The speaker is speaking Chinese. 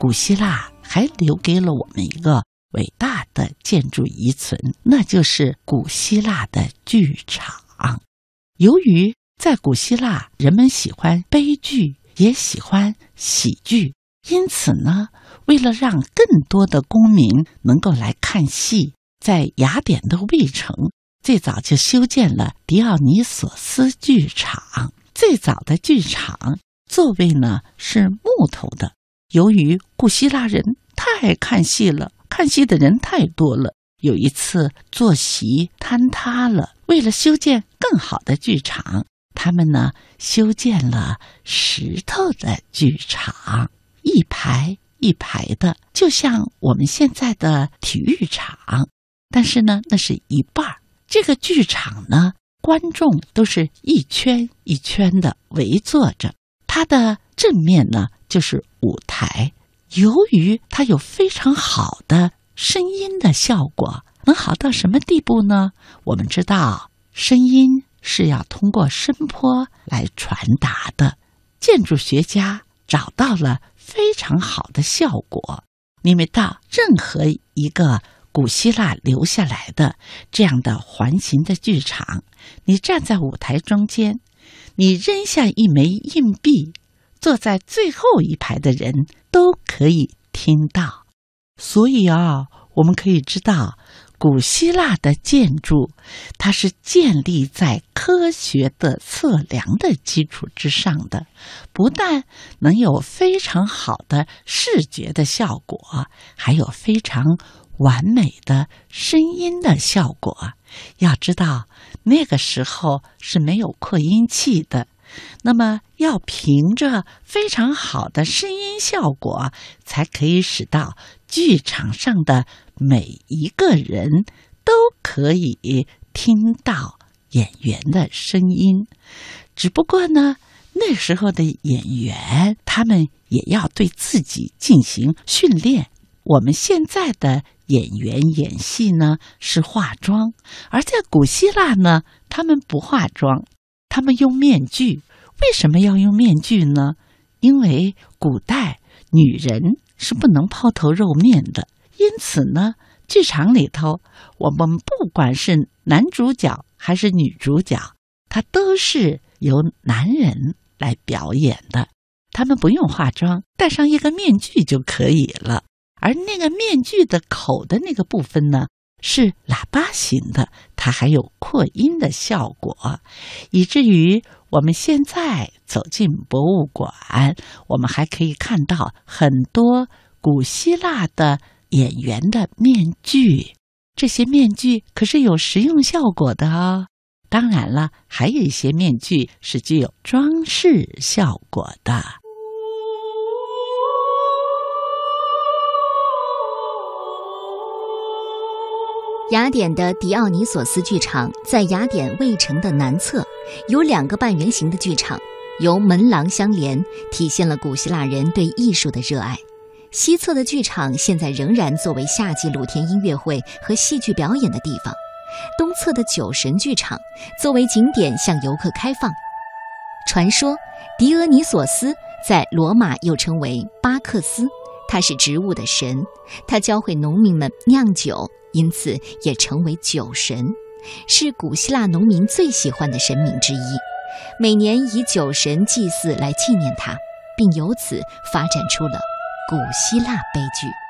古希腊还留给了我们一个伟大的建筑遗存，那就是古希腊的剧场。由于在古希腊人们喜欢悲剧，也喜欢喜剧，因此呢，为了让更多的公民能够来看戏，在雅典的卫城最早就修建了狄奥尼索斯剧场。最早的剧场座位呢是木头的，由于古希腊人太爱看戏了，看戏的人太多了，有一次坐席坍塌了，为了修建更好的剧场，他们呢修建了石头的剧场，一排一排的，就像我们现在的体育场，但是呢那是一半。这个剧场呢，观众都是一圈一圈的围坐着，它的正面呢就是舞台。由于它有非常好的声音的效果，能好到什么地步呢？我们知道声音是要通过声波来传达的，建筑学家找到了非常好的效果。你们到任何一个古希腊留下来的这样的环形的剧场，你站在舞台中间，你扔下一枚硬币，坐在最后一排的人都可以听到。所以我们可以知道古希腊的建筑它是建立在科学的测量的基础之上的，不但能有非常好的视觉的效果，还有非常完美的声音的效果。要知道那个时候是没有扩音器的，那么要凭着非常好的声音效果，才可以使到剧场上的每一个人都可以听到演员的声音。只不过呢，那时候的演员他们也要对自己进行训练。我们现在的演员演戏呢是化妆，而在古希腊呢，他们不化妆，他们用面具。为什么要用面具呢？因为古代女人是不能抛头露面的，因此呢，剧场里头我们不管是男主角还是女主角，他都是由男人来表演的，他们不用化妆，戴上一个面具就可以了。而那个面具的口的那个部分呢，是喇叭形的，它还有扩音的效果，以至于我们现在走进博物馆，我们还可以看到很多古希腊的演员的面具。这些面具可是有实用效果的哦。当然了，还有一些面具是具有装饰效果的。 雅典的狄奥尼索斯剧场在雅典卫城的南侧，有2个半圆形的剧场，由门廊相连，体现了古希腊人对艺术的热爱。西侧的剧场现在仍然作为夏季露天音乐会和戏剧表演的地方。东侧的酒神剧场作为景点向游客开放。传说狄俄尼索斯在罗马又称为巴克斯，他是植物的神，他教会农民们酿酒，因此也成为酒神，是古希腊农民最喜欢的神明之一。每年以酒神祭祀来纪念他，并由此发展出了古希腊悲剧。